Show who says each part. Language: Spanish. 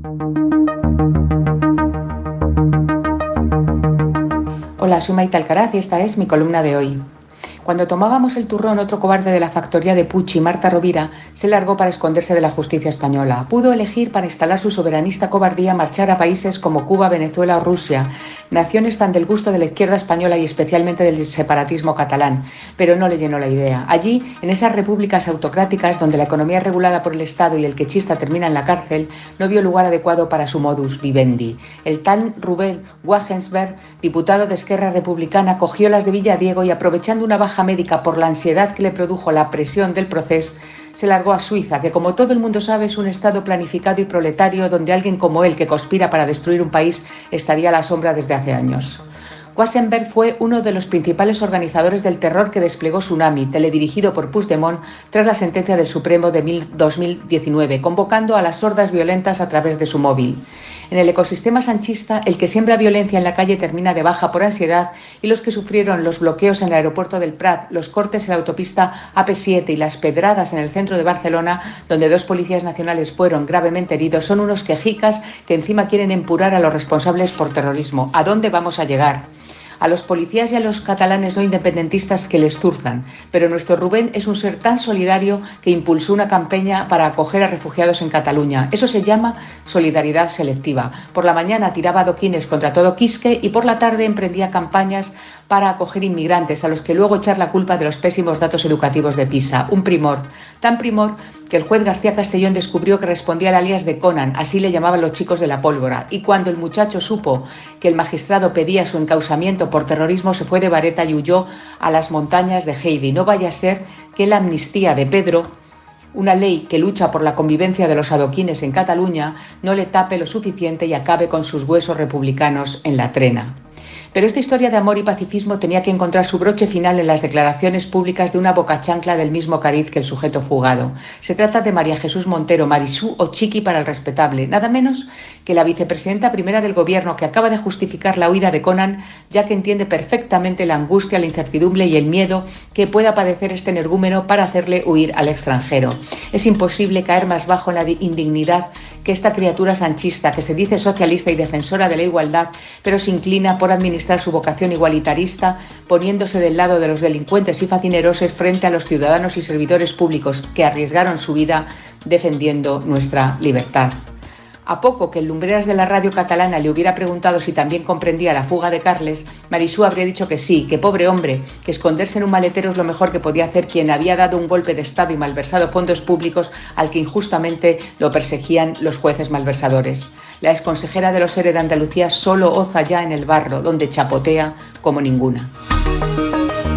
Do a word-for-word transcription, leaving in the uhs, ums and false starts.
Speaker 1: Hola, soy Maite Alcaraz y esta es mi columna de hoy. Cuando tomábamos el turrón, otro cobarde de la factoría de Puig, Marta Rovira, se largó para esconderse de la justicia española. Pudo elegir para instalar su soberanista cobardía marchar a países como Cuba, Venezuela o Rusia, naciones tan del gusto de la izquierda española y especialmente del separatismo catalán, pero no le llenó la idea. Allí, en esas repúblicas autocráticas donde la economía es regulada por el Estado y el quechista termina en la cárcel, no vio lugar adecuado para su modus vivendi. El tal Rubén Wagensberg, diputado de Esquerra Republicana, cogió las de Villadiego y, aprovechando una baja médica por la ansiedad que le produjo la presión del proceso, se largó a Suiza, que como todo el mundo sabe es un estado planificado y proletario donde alguien como él, que conspira para destruir un país, estaría a la sombra desde hace años. Wagensberg fue uno de los principales organizadores del terror que desplegó Tsunami, teledirigido por Puigdemont tras la sentencia del Supremo de dos mil diecinueve, convocando a las hordas violentas a través de su móvil. En el ecosistema sanchista, el que siembra violencia en la calle termina de baja por ansiedad y los que sufrieron los bloqueos en el aeropuerto del Prat, los cortes en la autopista A P siete y las pedradas en el centro de Barcelona, donde dos policías nacionales fueron gravemente heridos, son unos quejicas que encima quieren empurar a los responsables por terrorismo. ¿A dónde vamos a llegar? A los policías y a los catalanes no independentistas que les zurzan, pero nuestro Rubén es un ser tan solidario que impulsó una campaña para acoger a refugiados en Cataluña. Eso se llama solidaridad selectiva. Por la mañana tiraba adoquines contra todo Quisque y por la tarde emprendía campañas para acoger inmigrantes, a los que luego echar la culpa de los pésimos datos educativos de PISA. Un primor, tan primor que el juez García Castellón descubrió que respondía al alias de Conan, así le llamaban los chicos de la pólvora, y cuando el muchacho supo que el magistrado pedía su encausamiento por terrorismo, se fue de vareta y huyó a las montañas de Heidi. No vaya a ser que la amnistía de Pedro, una ley que lucha por la convivencia de los adoquines en Cataluña, no le tape lo suficiente y acabe con sus huesos republicanos en la trena. Pero esta historia de amor y pacifismo tenía que encontrar su broche final en las declaraciones públicas de una bocachancla del mismo cariz que el sujeto fugado. Se trata de María Jesús Montero, Marisú o Chiqui para el respetable, nada menos que la vicepresidenta primera del gobierno, que acaba de justificar la huida de Conan, ya que entiende perfectamente la angustia, la incertidumbre y el miedo que pueda padecer este energúmeno para hacerle huir al extranjero. Es imposible caer más bajo en la indignidad que esta criatura sanchista, que se dice socialista y defensora de la igualdad, pero se inclina por administrar su vocación igualitarista, poniéndose del lado de los delincuentes y facinerosos frente a los ciudadanos y servidores públicos que arriesgaron su vida defendiendo nuestra libertad. A poco que el Lumbreras de la radio catalana le hubiera preguntado si también comprendía la fuga de Carles, Marisú habría dicho que sí, que pobre hombre, que esconderse en un maletero es lo mejor que podía hacer quien había dado un golpe de Estado y malversado fondos públicos al que injustamente lo perseguían los jueces malversadores. La exconsejera de los E R E de Andalucía solo oza ya en el barro, donde chapotea como ninguna.